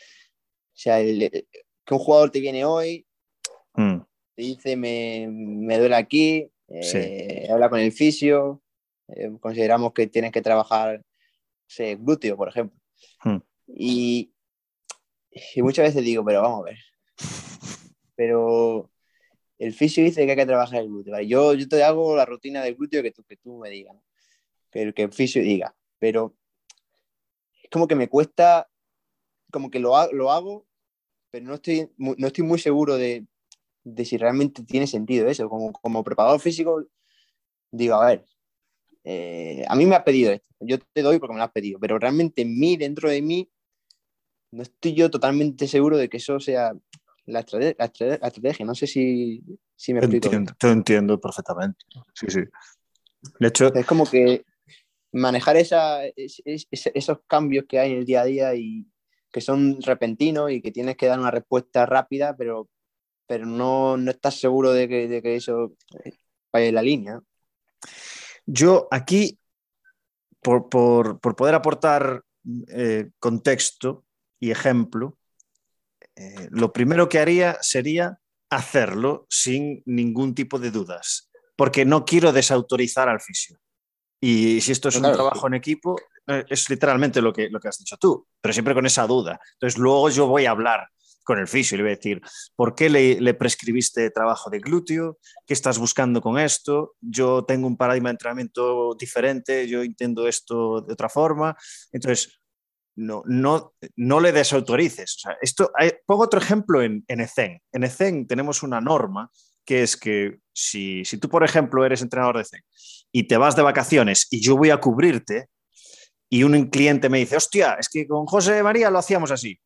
B: que un jugador te viene hoy, te dice me duele aquí, habla con el fisio, consideramos que tienes que trabajar, glúteo, por ejemplo. Y muchas veces digo, pero vamos a ver, pero el fisio dice que hay que trabajar el glúteo, ¿vale? Yo te hago la rutina del glúteo que tú me digas, ¿no? Que el fisio diga, pero es como que me cuesta, como que lo hago, pero no estoy muy seguro de si realmente tiene sentido eso. Como preparador físico, digo, a ver, a mí me has pedido esto, yo te doy porque me lo has pedido, pero realmente dentro de mí, no estoy yo totalmente seguro de que eso sea la estrategia. No sé si me explico bien.
A: Te entiendo perfectamente. Sí. De hecho,
B: es como que manejar esos cambios que hay en el día a día y que son repentinos y que tienes que dar una respuesta rápida, pero no estás seguro de que eso vaya en la línea.
A: Yo aquí, por poder aportar contexto y ejemplo, lo primero que haría sería hacerlo sin ningún tipo de dudas, porque no quiero desautorizar al fisio. Y si esto es
B: Pero
A: un
B: claro,
A: trabajo en equipo, es literalmente lo que has dicho tú, pero siempre con esa duda. Entonces luego yo voy a hablar con el fisio y le voy a decir, ¿por qué le prescribiste trabajo de glúteo? ¿Qué estás buscando con esto? Yo tengo un paradigma de entrenamiento diferente, yo entiendo esto de otra forma. Entonces, no le desautorices. O sea, pongo otro ejemplo en ECEN. En ECEN tenemos una norma que es que si tú, por ejemplo, eres entrenador de ECEN y te vas de vacaciones y yo voy a cubrirte y un cliente me dice, hostia, es que con José María lo hacíamos así.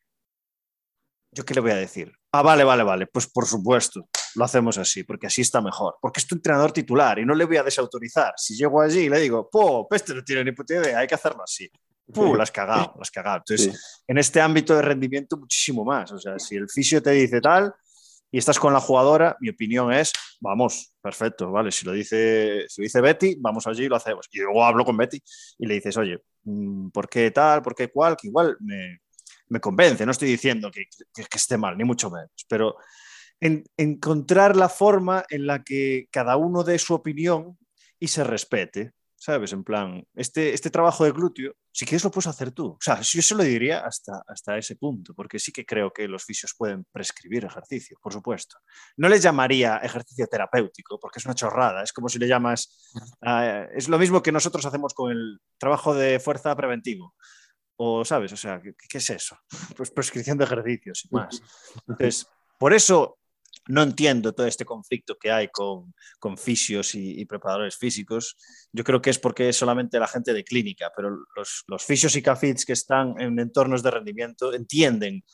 A: ¿Yo qué le voy a decir? Ah, vale, pues por supuesto, lo hacemos así, porque así está mejor. Porque es tu entrenador titular y no le voy a desautorizar. Si llego allí y le digo, este no tiene ni puta idea, hay que hacerlo así. Las has cagado, las has cagado. Entonces,
B: sí.
A: en este ámbito de rendimiento, muchísimo más. O sea, si el fisio te dice tal y estás con la jugadora, mi opinión es, vamos, perfecto, vale, si lo dice Betty, vamos allí y lo hacemos. Y luego hablo con Betty y le dices, oye, ¿por qué tal? ¿Por qué cual? Que igual me convence, no estoy diciendo que esté mal, ni mucho menos, pero encontrar la forma en la que cada uno dé su opinión y se respete, ¿sabes? En plan, este trabajo de glúteo, si quieres lo puedes hacer tú. O sea, yo se lo diría hasta ese punto, porque sí que creo que los fisios pueden prescribir ejercicio, por supuesto. No les llamaría ejercicio terapéutico, porque es una chorrada, es como si le llamas... es lo mismo que nosotros hacemos con el trabajo de fuerza preventivo. O, ¿sabes? O sea, ¿qué es eso? Pues prescripción de ejercicios y más. Entonces, por eso no entiendo todo este conflicto que hay con fisios y preparadores físicos. Yo creo que es porque es solamente la gente de clínica, pero los fisios y cafits que están en entornos de rendimiento entienden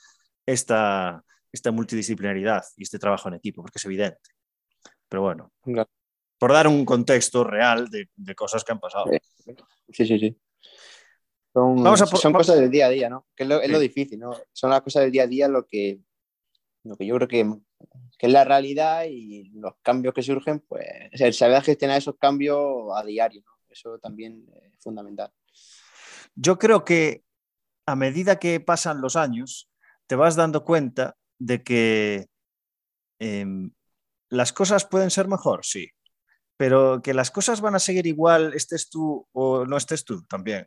A: esta multidisciplinaridad y este trabajo en equipo, porque es evidente. Pero bueno,
B: Claro.
A: por dar un contexto real de cosas que han pasado.
B: Sí, sí, sí.
A: Vamos a...
B: Son cosas del día a día, ¿no? Que es lo
A: Sí.
B: difícil, ¿no? Son las cosas del día a día lo que yo creo que es la realidad y los cambios que surgen, pues el saber gestionar esos cambios a diario, ¿no? Eso también es fundamental.
A: Yo creo que a medida que pasan los años, te vas dando cuenta de que eh, las cosas pueden ser mejor, sí, pero que las cosas van a seguir igual, estés tú o no estés tú, también.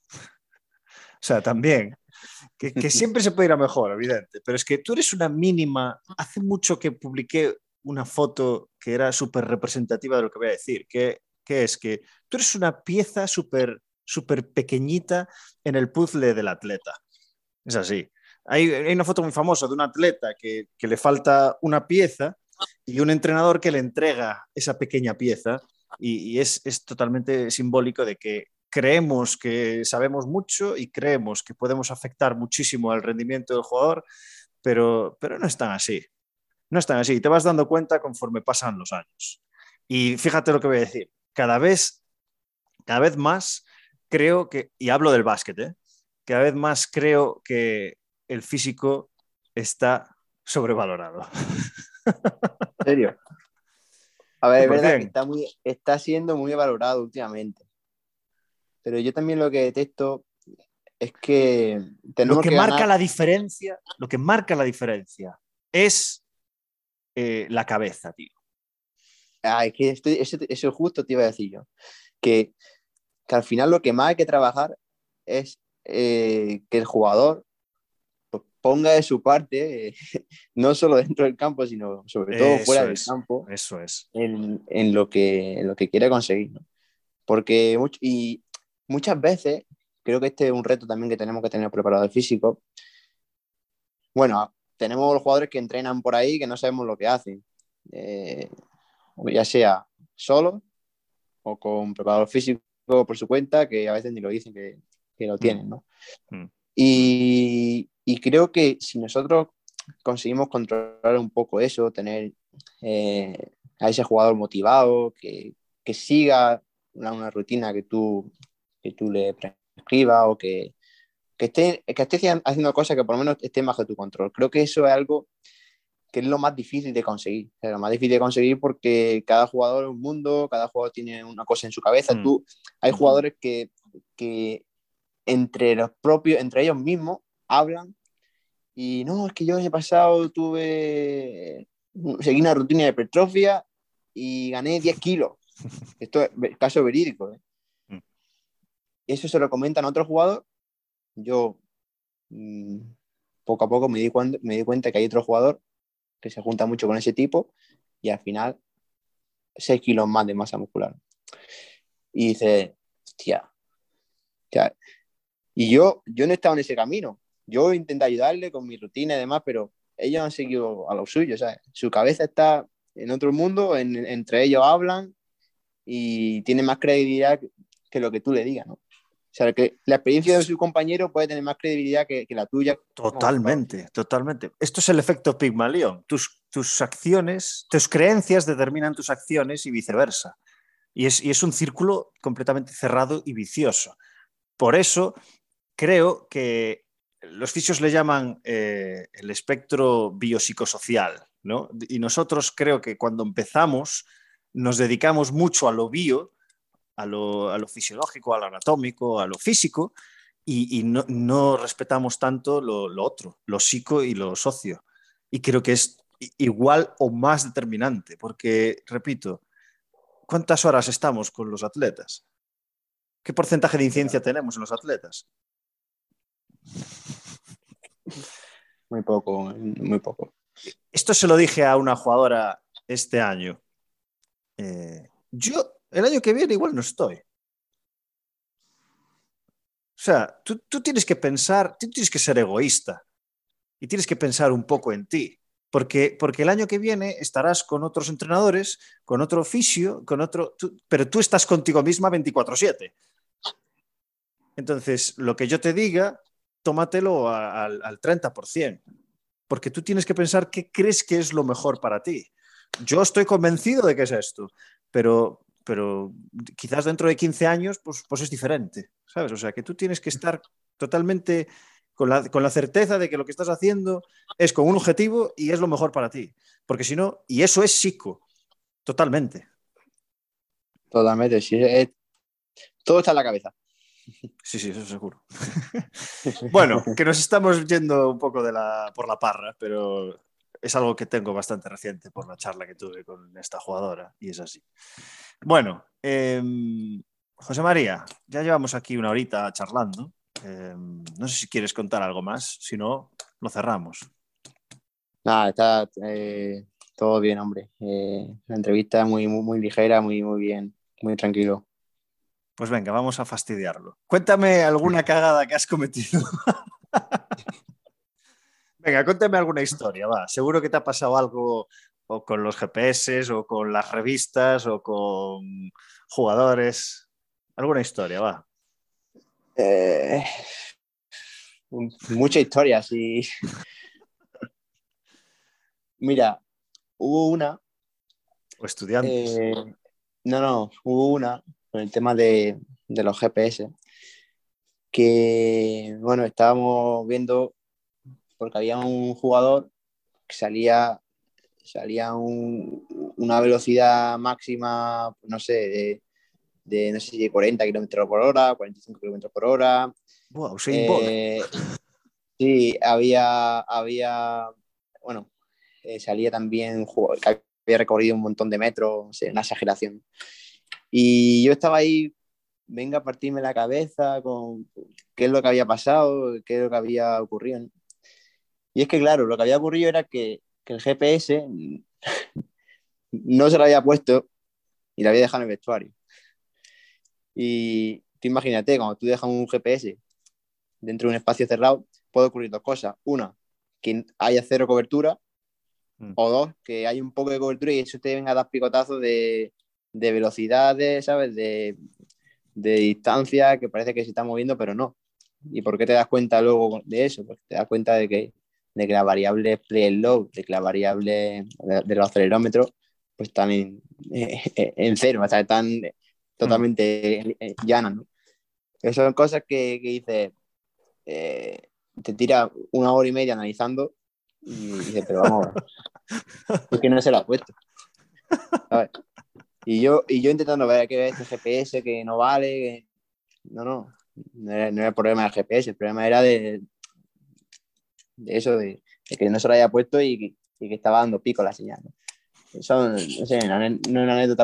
A: O sea, también. Que siempre se puede ir a mejor, evidente, pero es que tú eres una mínima. Hace mucho que publiqué una foto que era súper representativa de lo que voy a decir, que es que tú eres una pieza súper pequeñita en el puzzle del atleta. Es así. Hay una foto muy famosa de un atleta que le falta una pieza y un entrenador que le entrega esa pequeña pieza y es totalmente simbólico de que creemos que sabemos mucho y creemos que podemos afectar muchísimo al rendimiento del jugador, pero no están así. No están así. Te vas dando cuenta conforme pasan los años. Y fíjate lo que voy a decir. Cada vez más creo que, y hablo del básquet, cada vez más creo que el físico está sobrevalorado.
B: ¿En serio? A ver, es verdad que
A: 100%.
B: está siendo muy valorado últimamente, pero yo también lo que detesto es que
A: Lo
B: tenemos
A: que
B: que
A: marca
B: ganar.
A: la diferencia, lo que marca la diferencia es la cabeza, tío.
B: Es que eso justo te iba a decir yo, que, que al final lo que más hay que trabajar es que el jugador pues, ponga de su parte, no solo dentro del campo, sino sobre todo fuera
A: Eso
B: del
A: es,
B: campo,
A: eso es.
B: en lo que quiere conseguir, ¿no? Porque y muchas veces, creo que este es un reto también que tenemos que tener preparado el físico. Bueno, tenemos los jugadores que entrenan por ahí que no sabemos lo que hacen, eh, ya sea solo o con preparador físico por su cuenta, que a veces ni lo dicen que lo
A: Mm,
B: tienen, ¿no?
A: mm.
B: Y creo que si nosotros conseguimos controlar un poco eso, tener a ese jugador motivado, que siga una rutina que tú le prescribas o que estés haciendo cosas que por lo menos estén bajo tu control. Creo que eso es algo que es lo más difícil de conseguir. O sea, lo más difícil de conseguir porque cada jugador es un mundo, cada jugador tiene una cosa en su cabeza. Hay jugadores que entre ellos mismos hablan y no, es que yo el año pasado seguí una rutina de hipertrofia y gané 10 kilos. Esto es caso verídico, ¿eh? Eso se lo comentan a otro jugador. Yo poco a poco me di cuenta que hay otro jugador que se junta mucho con ese tipo y al final 6 kilos más de masa muscular. Y dice, hostia. Y yo no he estado en ese camino. Yo intenté ayudarle con mi rutina y demás, pero ellos han seguido a lo suyo, ¿sabes? Su cabeza está en otro mundo, entre ellos hablan y tienen más credibilidad que lo que tú le digas, ¿no? O sea, que la experiencia de su compañero puede tener más credibilidad que la tuya.
A: Totalmente, totalmente. Esto es el efecto Pigmalión. Tus acciones, tus creencias determinan tus acciones y viceversa. Y es un círculo completamente cerrado y vicioso. Por eso creo que los fisios le llaman el espectro biopsicosocial, ¿no? Y nosotros creo que cuando empezamos nos dedicamos mucho a lo bio, a lo fisiológico, a lo anatómico, a lo físico, y no respetamos tanto lo otro, lo psico y lo socio. Y creo que es igual o más determinante, porque, repito, ¿cuántas horas estamos con los atletas? ¿Qué porcentaje de incidencia tenemos en los atletas?
B: Muy poco, muy poco.
A: Esto se lo dije a una jugadora este año. Yo el año que viene igual no estoy. O sea, tú tienes que pensar, tú tienes que ser egoísta y tienes que pensar un poco en ti. Porque el año que viene estarás con otros entrenadores, con otro fisio, pero tú estás contigo misma 24/7. Entonces, lo que yo te diga, tómatelo al 30%, porque tú tienes que pensar qué crees que es lo mejor para ti. Yo estoy convencido de que es esto, pero quizás dentro de 15 años pues es diferente, ¿sabes? O sea, que tú tienes que estar totalmente con la certeza de que lo que estás haciendo es con un objetivo y es lo mejor para ti. Porque si no, y eso es psico, totalmente.
B: Totalmente, sí. Todo está en la cabeza.
A: Sí, sí, eso seguro. Bueno, que nos estamos yendo un poco por la parra, pero es algo que tengo bastante reciente por la charla que tuve con esta jugadora y es así. Bueno, José María, ya llevamos aquí una horita charlando. No sé si quieres contar algo más, si no, lo cerramos.
B: Nada, está todo bien, hombre. La entrevista muy, muy, muy ligera, muy, muy bien, muy tranquilo.
A: Pues venga, vamos a fastidiarlo. Cuéntame alguna cagada que has cometido. Venga, cuéntame alguna historia, va. Seguro que te ha pasado algo o con los GPS o con las revistas o con jugadores. Alguna historia, va.
B: Eh, Muchas historias y mira, hubo una,
A: O estudiantes.
B: eh, no, hubo una con el tema de los GPS que, bueno, estábamos viendo porque había un jugador que una velocidad máxima, no sé, no sé si de 40 kilómetros por hora, 45 kilómetros por hora.
A: Wow, Usain Bolt.
B: Sí, bueno, salía también, que había recorrido un montón de metros, no sé, una exageración. Y yo estaba ahí, venga a partirme la cabeza con qué es lo que había pasado, qué es lo que había ocurrido, ¿no? Y es que, claro, lo que había ocurrido era que el GPS no se lo había puesto y lo había dejado en el vestuario. Y tú imagínate, cuando tú dejas un GPS dentro de un espacio cerrado, puede ocurrir dos cosas. Una, que haya cero cobertura, o dos, que hay un poco de cobertura y eso te venga a dar picotazos de velocidades, ¿sabes? De distancia, que parece que se está moviendo, pero no. ¿Y por qué te das cuenta luego de eso? Pues te das cuenta de que la variable play load, de que la variable de los acelerómetros, pues están en cero, o sea, están totalmente llanas, ¿no? Esas son cosas que dices, te tira 1 hora y media analizando y dices, pero vamos a ver, es que no se lo ha puesto, ¿sabes? Y yo intentando ver que este GPS que no vale, que... no era el problema del GPS, el problema era de eso, de que no se lo haya puesto y que estaba dando pico la señal, ¿no? Eso, no sé, una anécdota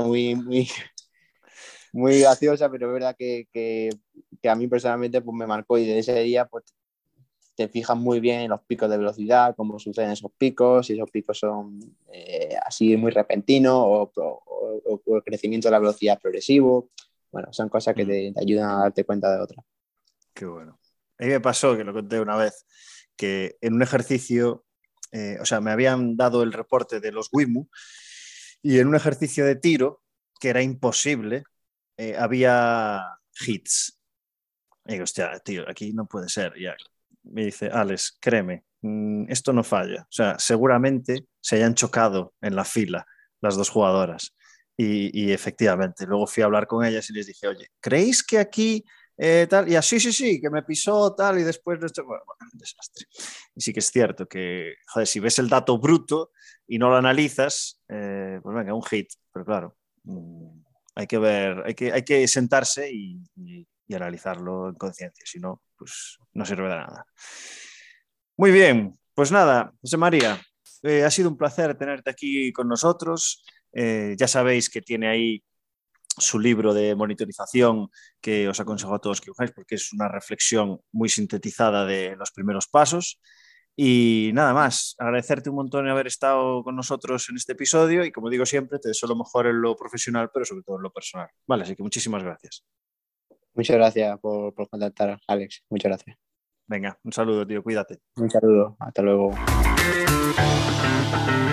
B: muy graciosa, pero es verdad que a mí personalmente pues, me marcó, y desde ese día pues te fijas muy bien en los picos de velocidad, cómo suceden esos picos, si esos picos son así muy repentinos o el crecimiento de la velocidad es progresivo. Bueno, son cosas que te ayudan a darte cuenta de otras.
A: Qué bueno. A mí me pasó, que lo conté una vez, que en un ejercicio, o sea, me habían dado el reporte de los WIMU y en un ejercicio de tiro, que era imposible, había hits. Y digo, hostia, tío, aquí no puede ser. Ya. Me dice, Alex, créeme, esto no falla. O sea, seguramente se hayan chocado en la fila las dos jugadoras. Y efectivamente, luego fui a hablar con ellas y les dije, oye, ¿creéis que aquí tal? Y así, sí, que me pisó tal y después... Bueno, un desastre. Y sí que es cierto que, joder, si ves el dato bruto y no lo analizas, pues venga, un hit. Pero claro, hay que ver, hay que sentarse y analizarlo en conciencia, si no, pues no sirve de nada. Muy bien, pues nada, José María, ha sido un placer tenerte aquí con nosotros. Ya sabéis que tiene ahí su libro de monitorización que os aconsejo a todos que usáis porque es una reflexión muy sintetizada de los primeros pasos. Y nada más, agradecerte un montón de haber estado con nosotros en este episodio y como digo siempre, te deseo lo mejor en lo profesional, pero sobre todo en lo personal. Vale, así que muchísimas gracias.
B: Muchas gracias por contactar, Alex. Muchas gracias.
A: Venga, un saludo, tío, cuídate.
B: Un saludo. Hasta luego.